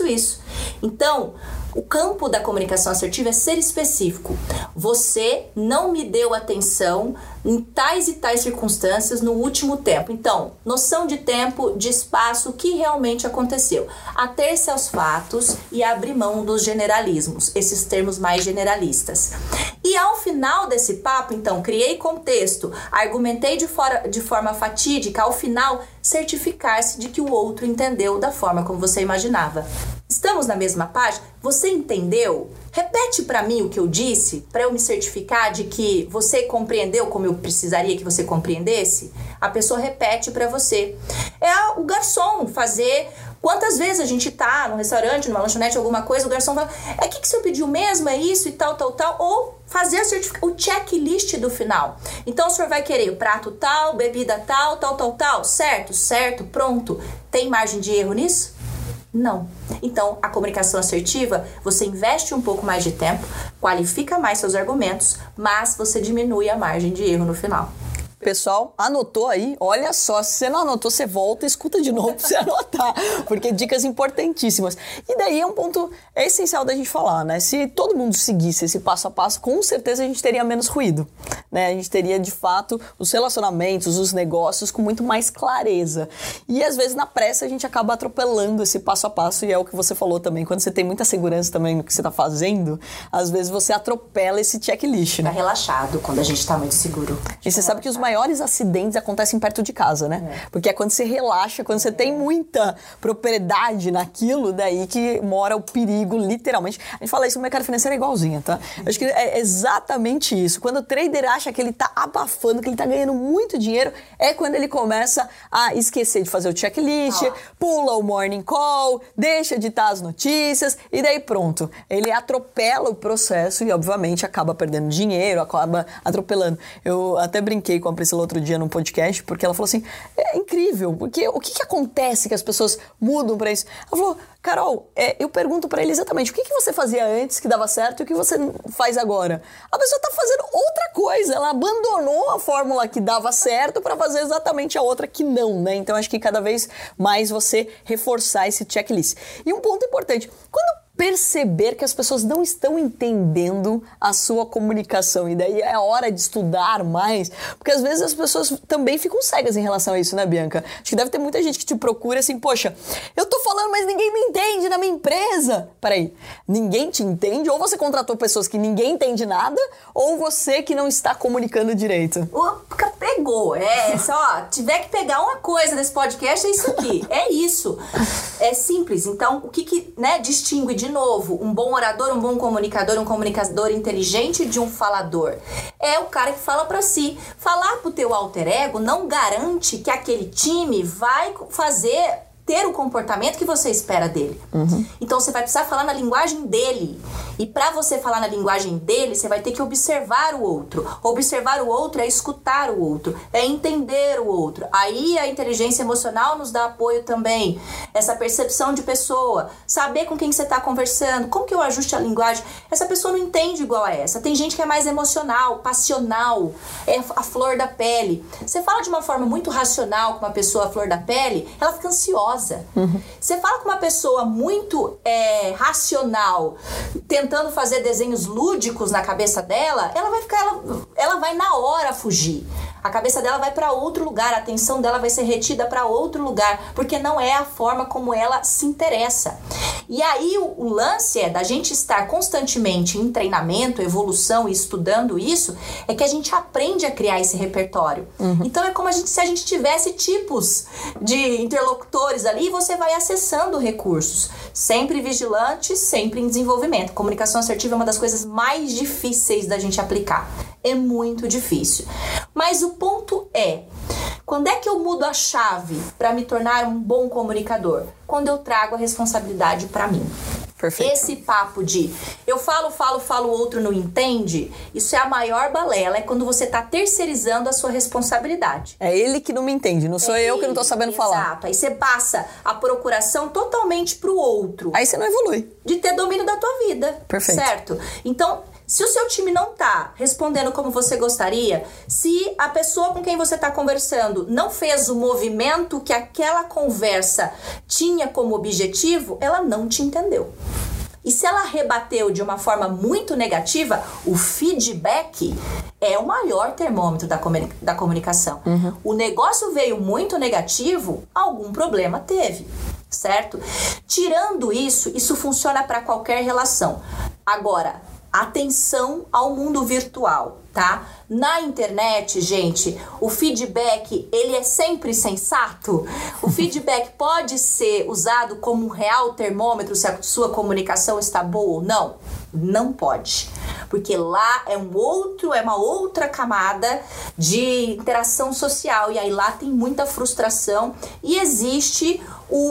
Então, o campo da comunicação assertiva é ser específico. Você não me deu atenção em tais e tais circunstâncias no último tempo. Então, noção de tempo, de espaço, o que realmente aconteceu. Ater-se aos fatos e abrir mão dos generalismos, esses termos mais generalistas. E ao final desse papo, então, criei contexto, argumentei de forma fatídica, ao final, certificar-se de que o outro entendeu da forma como você imaginava. Estamos na mesma página? Você entendeu? Repete para mim o que eu disse, para eu me certificar de que você compreendeu como eu precisaria que você compreendesse. A pessoa repete para você. É o garçom fazer. Quantas vezes a gente tá num restaurante, numa lanchonete, alguma coisa, o garçom fala, o que o senhor pediu mesmo? É isso e tal. Ou fazer o checklist do final. Então o senhor vai querer o prato tal, bebida tal, certo, pronto. Tem margem de erro nisso? Não. Então, a comunicação assertiva, você investe um pouco mais de tempo, qualifica mais seus argumentos, mas você diminui a margem de erro no final. Pessoal, anotou aí? Olha só, se você não anotou, você volta e escuta de novo pra você anotar, porque dicas importantíssimas. E daí é um ponto essencial da gente falar, né? Se todo mundo seguisse esse passo a passo, com certeza a gente teria menos ruído, né? A gente teria, de fato, os relacionamentos, os negócios com muito mais clareza. E, às vezes, na pressa, a gente acaba atropelando esse passo a passo, e é o que você falou também. Quando você tem muita segurança também no que você tá fazendo, às vezes você atropela esse checklist, né? Tá relaxado quando a gente tá muito seguro. E você sabe que os maiores acidentes acontecem perto de casa, né? Porque é quando você relaxa, quando você tem muita propriedade naquilo, daí que mora o perigo, literalmente. A gente fala isso no mercado financeiro é igualzinho, tá? Eu acho que é exatamente isso. Quando o trader acha que ele tá abafando, que ele tá ganhando muito dinheiro, é quando ele começa a esquecer de fazer o checklist, pula o morning call, deixa editar as notícias, e daí pronto. Ele atropela o processo e, obviamente, acaba perdendo dinheiro, acaba atropelando. Eu até brinquei com a Priscila outro dia num podcast, porque ela falou assim, é incrível, porque o que acontece que as pessoas mudam pra isso? Ela falou, Carol, eu pergunto pra ele exatamente o que você fazia antes que dava certo e o que você faz agora. A pessoa tá fazendo outra coisa, ela abandonou a fórmula que dava certo pra fazer exatamente a outra que não, né? Então acho que cada vez mais você reforçar esse checklist. E um ponto importante, quando perceber que as pessoas não estão entendendo a sua comunicação, e daí é hora de estudar mais, porque às vezes as pessoas também ficam cegas em relação a isso, né, Bianca? Acho que deve ter muita gente que te procura assim, poxa, eu tô falando, mas ninguém me entende na minha empresa. Peraí, ninguém te entende? Ou você contratou pessoas que ninguém entende nada, ou você que não está comunicando direito? Pegou, só, tiver que pegar uma coisa desse podcast, é isso aqui, é isso. É simples, então, o que né, distingue de novo um bom orador, um bom comunicador, um comunicador inteligente de um falador? É o cara que fala pra si. Falar pro teu alter ego não garante que aquele time vai ter o comportamento que você espera dele. Então você vai precisar falar na linguagem dele. E para você falar na linguagem dele, você vai ter que observar o outro. Observar o outro é escutar o outro, é entender o outro. Aí a inteligência emocional nos dá apoio também. Essa percepção de pessoa, saber com quem você está conversando, como que eu ajuste a linguagem. Essa pessoa não entende igual a essa. Tem gente que é mais emocional, passional, é a flor da pele. Você fala de uma forma muito racional com uma pessoa à flor da pele, ela fica ansiosa. Você fala com uma pessoa muito racional, tentando tentando fazer desenhos lúdicos na cabeça dela, ela vai na hora fugir. A cabeça dela vai para outro lugar, a atenção dela vai ser retida para outro lugar, porque não é a forma como ela se interessa. E aí o lance da gente estar constantemente em treinamento, evolução e estudando isso, é que a gente aprende a criar esse repertório. Então é como se a gente tivesse tipos de interlocutores ali e você vai acessando recursos. Sempre vigilante, sempre em desenvolvimento. Comunicação assertiva é uma das coisas mais difíceis da gente aplicar. É muito difícil. Mas o ponto é, quando é que eu mudo a chave para me tornar um bom comunicador? Quando eu trago a responsabilidade para mim. Perfeito. Esse papo de eu falo, o outro não entende, isso é a maior balela, é quando você tá terceirizando a sua responsabilidade. É ele que não me entende, não sou eu que não tô sabendo falar. Exato, aí você passa a procuração totalmente pro outro. Aí você não evolui. De ter domínio da tua vida. Perfeito. Certo? Então, se o seu time não tá respondendo como você gostaria, se a pessoa com quem você tá conversando não fez o movimento que aquela conversa tinha como objetivo, ela não te entendeu. E se ela rebateu de uma forma muito negativa, o feedback é o maior termômetro da comunicação. O negócio veio muito negativo, algum problema teve, certo? Tirando isso, isso funciona para qualquer relação. Agora, atenção ao mundo virtual, tá? Na internet, gente, o feedback, ele é sempre sensato? O feedback pode ser usado como um real termômetro se a sua comunicação está boa ou não? Não pode. Porque lá é uma outra camada de interação social. E aí lá tem muita frustração e existe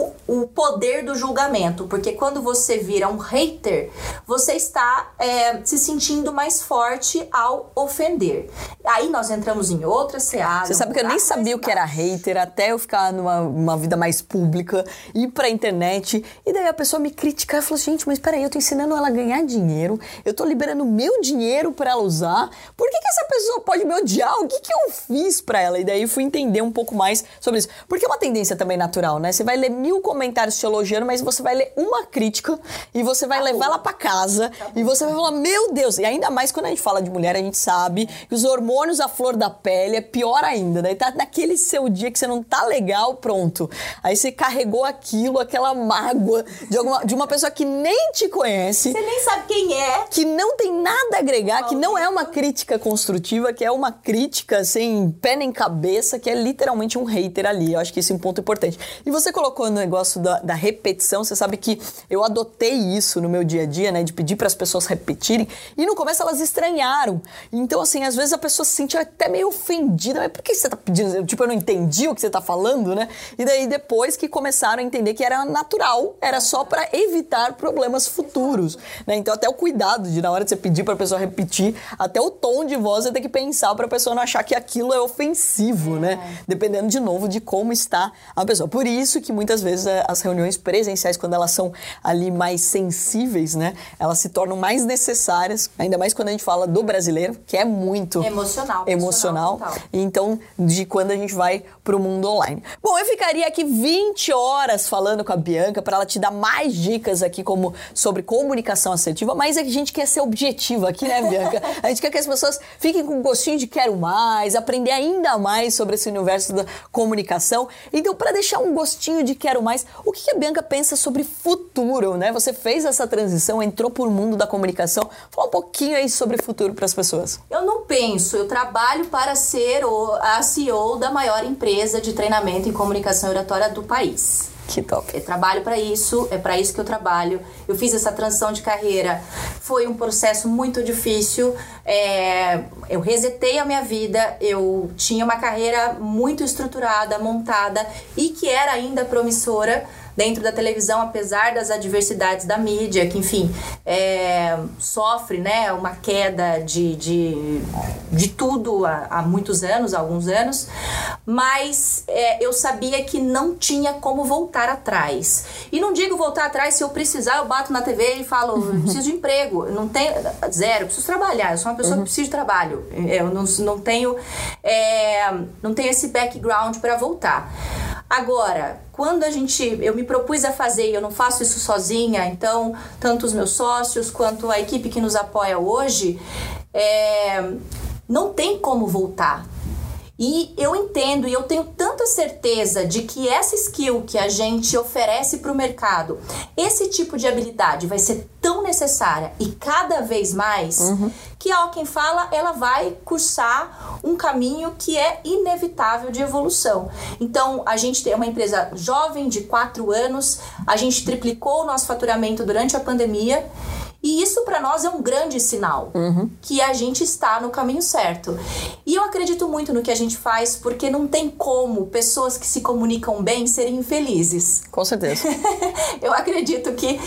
o poder do julgamento. Porque quando você vira um hater, você está se sentindo mais forte ao ofender. Aí nós entramos em outra seara. Você sabe que eu nem sabia o que era hater até eu ficar numa vida mais pública, ir pra internet, e daí a pessoa me criticar e falou, gente, mas peraí, eu tô ensinando ela a ganhar dinheiro, eu tô liberando meu dinheiro pra ela usar, por que essa pessoa pode me odiar? O que eu fiz pra ela? E daí fui entender um pouco mais sobre isso. Porque é uma tendência também natural, né? Você vai ler 1000 comentários te elogiando, mas você vai ler uma crítica e você vai levar ela pra casa e você vai falar, meu Deus, e ainda mais quando a gente fala de mulher, a gente sabe que os hormônios à flor da pele é pior ainda, né? Tá naquele seu dia que você não tá legal, pronto. Aí você carregou aquilo, aquela mágoa de uma pessoa que nem te conhece. Você nem sabe quem é. Que não tem nada a agregar, que não é uma crítica construtiva, que é uma crítica sem pé nem cabeça, que é literalmente um hater ali. Eu acho que esse é um ponto importante. E você colocou no negócio da repetição, você sabe que eu adotei isso no meu dia a dia, né? De pedir para as pessoas repetirem. E no começo elas estranharam. Então, assim, às vezes a pessoa se sentia até meio ofendida. Mas por que você tá pedindo? Tipo, eu não entendi o que você tá falando, né? E daí depois que começaram a entender que era natural, era só para evitar problemas futuros, né? Então até o cuidado de, na hora de você pedir pra pessoa repetir, até o tom de voz você tem que pensar pra pessoa não achar que aquilo é ofensivo, né? Dependendo, de novo, de como está a pessoa. Por isso que muitas vezes as reuniões presenciais, quando elas são ali mais sensíveis, né? Elas se tornam mais necessárias, ainda mais quando a gente fala do brasileiro, que é muito emocional. Então, de quando a gente vai pro mundo online. Bom, eu ficaria aqui 20 horas falando com a Bianca para ela te dar mais dicas aqui sobre comunicação assertiva, mas a gente quer ser objetiva aqui, né, Bianca? A gente quer que as pessoas fiquem com um gostinho de quero mais, aprender ainda mais sobre esse universo da comunicação. Então, para deixar um gostinho de quero mais, o que a Bianca pensa sobre futuro, né? Você fez essa transição, entrou pro mundo da comunicação. Fala um pouquinho aí sobre futuro para as pessoas. Eu não penso, eu trabalho para ser a CEO da maior empresa de treinamento em comunicação oratória do país. Que top. Eu trabalho para isso, é para isso que eu trabalho. Eu fiz essa transição de carreira, foi um processo muito difícil. Eu resetei a minha vida, eu tinha uma carreira muito estruturada, montada e que era ainda promissora dentro da televisão, apesar das adversidades da mídia, que, enfim, sofre, né, uma queda de tudo há muitos anos, há alguns anos, mas eu sabia que não tinha como voltar atrás. E não digo voltar atrás, se eu precisar, eu bato na TV e falo, eu preciso de emprego, não tenho, zero, eu preciso trabalhar, eu sou uma pessoa que precisa de trabalho, eu não tenho esse background para voltar. Agora, quando eu me propus a fazer e eu não faço isso sozinha, então, tanto os meus sócios quanto a equipe que nos apoia hoje, não tem como voltar. E eu entendo e eu tenho tanta certeza de que essa skill que a gente oferece para o mercado, esse tipo de habilidade vai ser tão necessária e cada vez mais, que a Quem Fala, ela vai cursar um caminho que é inevitável de evolução. Então, a gente tem uma empresa jovem de 4 anos, a gente triplicou o nosso faturamento durante a pandemia. E isso para nós é um grande sinal que a gente está no caminho certo. E eu acredito muito no que a gente faz, porque não tem como pessoas que se comunicam bem serem infelizes. Com certeza. Eu acredito que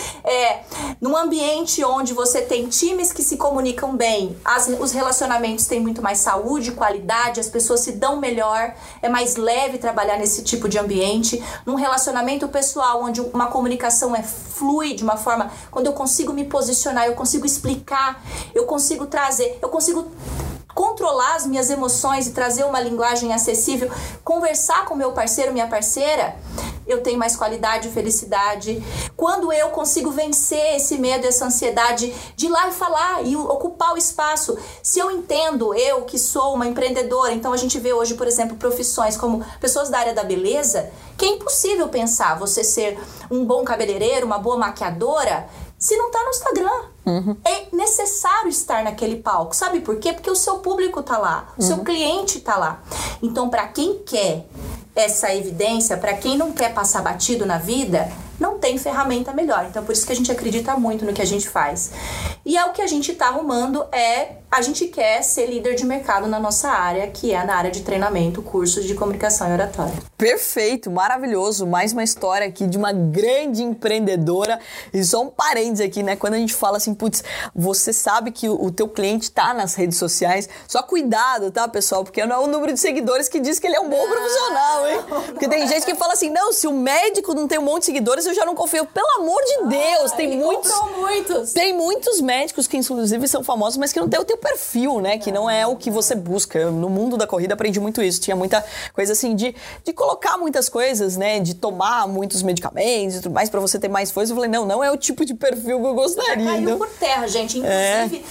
num ambiente onde você tem times que se comunicam bem, os relacionamentos têm muito mais saúde, qualidade, as pessoas se dão melhor, é mais leve trabalhar nesse tipo de ambiente. Num relacionamento pessoal, onde uma comunicação flui de uma forma, quando eu consigo me posicionar, eu consigo explicar, eu consigo trazer, eu consigo controlar as minhas emoções e trazer uma linguagem acessível, conversar com meu parceiro, minha parceira, eu tenho mais qualidade e felicidade. Quando eu consigo vencer esse medo, essa ansiedade de ir lá e falar e ocupar o espaço. Se eu entendo, eu que sou uma empreendedora, então a gente vê hoje, por exemplo, profissões como pessoas da área da beleza, que é impossível pensar você ser um bom cabeleireiro, uma boa maquiadora, se não tá no Instagram. É necessário estar naquele palco. Sabe por quê? Porque o seu público tá lá, o seu cliente tá lá. Então, para quem quer essa evidência, para quem não quer passar batido na vida, não tem ferramenta melhor. Então, por isso que a gente acredita muito no que a gente faz. E o que a gente tá arrumando a gente quer ser líder de mercado na nossa área, que é na área de treinamento, cursos de comunicação e oratória. Perfeito, maravilhoso. Mais uma história aqui de uma grande empreendedora. E só um parênteses aqui, né? Quando a gente fala assim, putz, você sabe que o teu cliente tá nas redes sociais, só cuidado, tá, pessoal? Porque não é o número de seguidores que diz que ele é um bom profissional, hein? Porque tem gente que fala assim, não, se o médico não tem um monte de seguidores, eu já não confio. Pelo amor de Deus, tem muitos. Tem muitos médicos que, inclusive, são famosos, mas que não tem o teu perfil, né? Que não é o que você busca. Eu, no mundo da corrida, aprendi muito isso. Tinha muita coisa assim de colocar muitas coisas, né? De tomar muitos medicamentos e tudo mais pra você ter mais força. Eu falei, não é o tipo de perfil que eu gostaria. Caiu por terra, gente. Inclusive,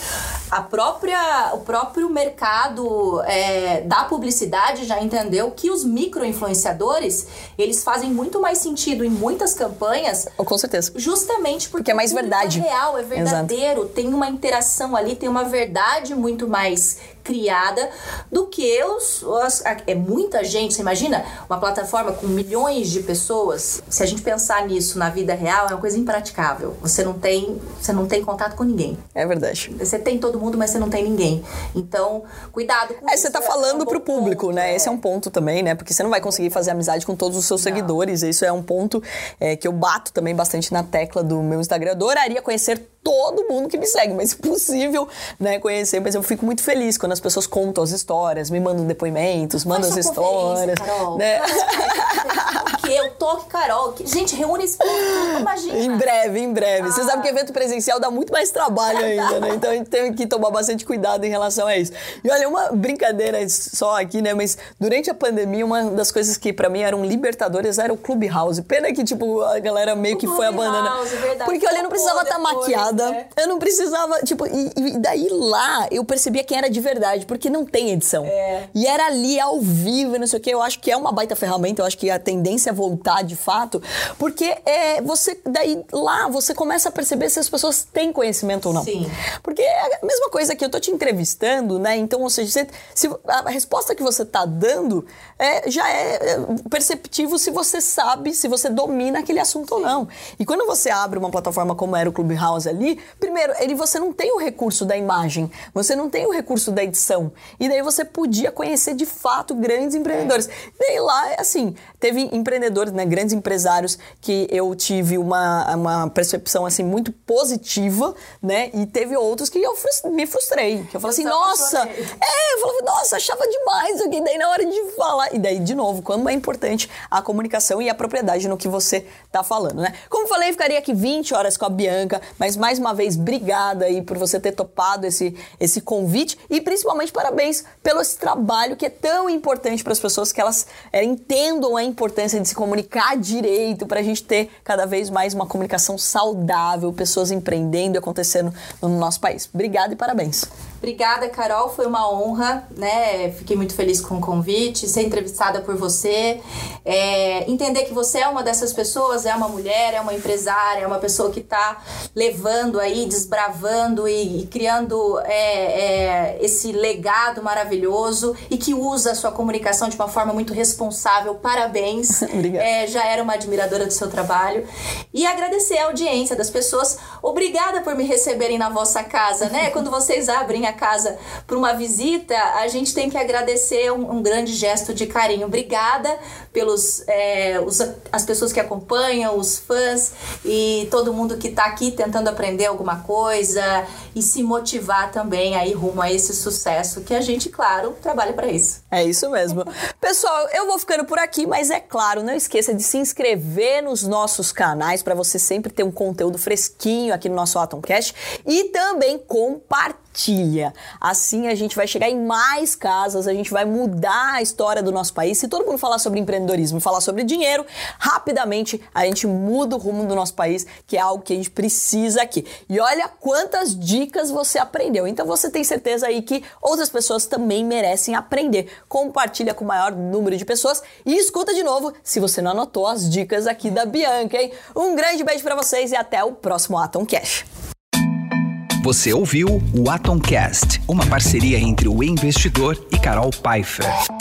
o próprio mercado da publicidade já entendeu que os micro-influenciadores, eles fazem muito mais sentido em muitas campanhas. Com certeza. Justamente porque é mais verdade. É real, é verdadeiro. Exato. Tem uma interação ali, tem uma verdade muito mais criada do que muita gente. Você imagina uma plataforma com milhões de pessoas? Se a gente pensar nisso na vida real, é uma coisa impraticável. Você não tem contato com ninguém. É verdade. Você tem todo mundo, mas você não tem ninguém. Então, cuidado com isso. Você tá falando pro público, ponto, né? Esse é um ponto também, né? Porque você não vai conseguir fazer amizade com todos os seus seguidores. Isso é um ponto que eu bato também bastante na tecla do meu Instagram. Eu adoraria conhecer todo mundo que me segue, mas impossível, né, conhecer. Mas eu fico muito feliz quando as pessoas contam as histórias, me mandam depoimentos, mandam as histórias. Carol. Né? Eu toque Carol. Gente, reúne esse povo, imagina. Em breve. Você sabe que evento presencial dá muito mais trabalho ainda, né? Então a gente teve que tomar bastante cuidado em relação a isso. E olha, uma brincadeira só aqui, né? Mas durante a pandemia, uma das coisas que pra mim eram libertadores era o Clubhouse. Pena que, tipo, a galera meio que foi abandonando. Porque, olha, eu não precisava estar maquiada. Né? Eu não precisava, tipo... E daí lá, eu percebia quem era de verdade. Porque não tem edição. E era ali, ao vivo, não sei o quê. Eu acho que é uma baita ferramenta. Eu acho que a tendência é voltar, de fato. Porque daí lá, você começa a perceber se as pessoas têm conhecimento ou não. Sim. Porque é a mesma coisa que eu tô te entrevistando, né? Então, ou seja, se a resposta que você tá dando já é perceptível se você sabe, se você domina aquele assunto ou não. E quando você abre uma plataforma como era o Clubhouse ali, primeiro, você não tem o recurso da imagem, você não tem o recurso da edição. E daí você podia conhecer, de fato, grandes empreendedores. E daí lá, assim, teve empreendedores, né, grandes empresários que eu tive uma percepção assim muito positiva, né? E teve outros que eu me frustrei. Que eu falei assim, nossa, achava demais aqui, daí na hora de falar. E daí, de novo, como é importante a comunicação e a propriedade no que você tá falando, né? Como falei, ficaria aqui 20 horas com a Bianca, mas mais uma vez, obrigada aí por você ter topado esse convite e principalmente parabéns pelo esse trabalho que é tão importante para as pessoas, que elas entendam a importância de se comunicar direito, pra gente ter cada vez mais uma comunicação saudável, pessoas empreendendo e acontecendo no nosso país. Obrigada e parabéns. Obrigada, Carol, foi uma honra, né? Fiquei muito feliz com o convite, ser entrevistada por você, entender que você é uma dessas pessoas, é uma mulher, é uma empresária, é uma pessoa que está levando aí, desbravando e criando esse legado maravilhoso e que usa a sua comunicação de uma forma muito responsável. Parabéns. Obrigada. Já era uma admiradora do seu trabalho. E agradecer a audiência das pessoas. Obrigada por me receberem na vossa casa, né? Quando vocês abrem a casa para uma visita, a gente tem que agradecer um grande gesto de carinho. Obrigada pelos as pessoas que acompanham, os fãs e todo mundo que está aqui tentando aprender alguma coisa e se motivar também aí rumo a esse sucesso que a gente, claro, trabalha para isso. É isso mesmo. Pessoal, eu vou ficando por aqui, mas é claro, não esqueça de se inscrever nos nossos canais para você sempre ter um conteúdo fresquinho aqui no nosso Atomcast e também compartilha. Assim a gente vai chegar em mais casas, a gente vai mudar a história do nosso país. Se todo mundo falar sobre empreendedorismo e falar sobre dinheiro, rapidamente a gente muda o rumo do nosso país, que é algo que a gente precisa aqui. E olha quantas dicas você aprendeu. Então você tem certeza aí que outras pessoas também merecem aprender. Compartilha com o maior número de pessoas e escuta de novo se você não anotou as dicas aqui da Bianca, hein? Um grande beijo pra vocês e até o próximo Atomcast. Você ouviu o Atomcast, uma parceria entre o investidor e Carol Pfeiffer.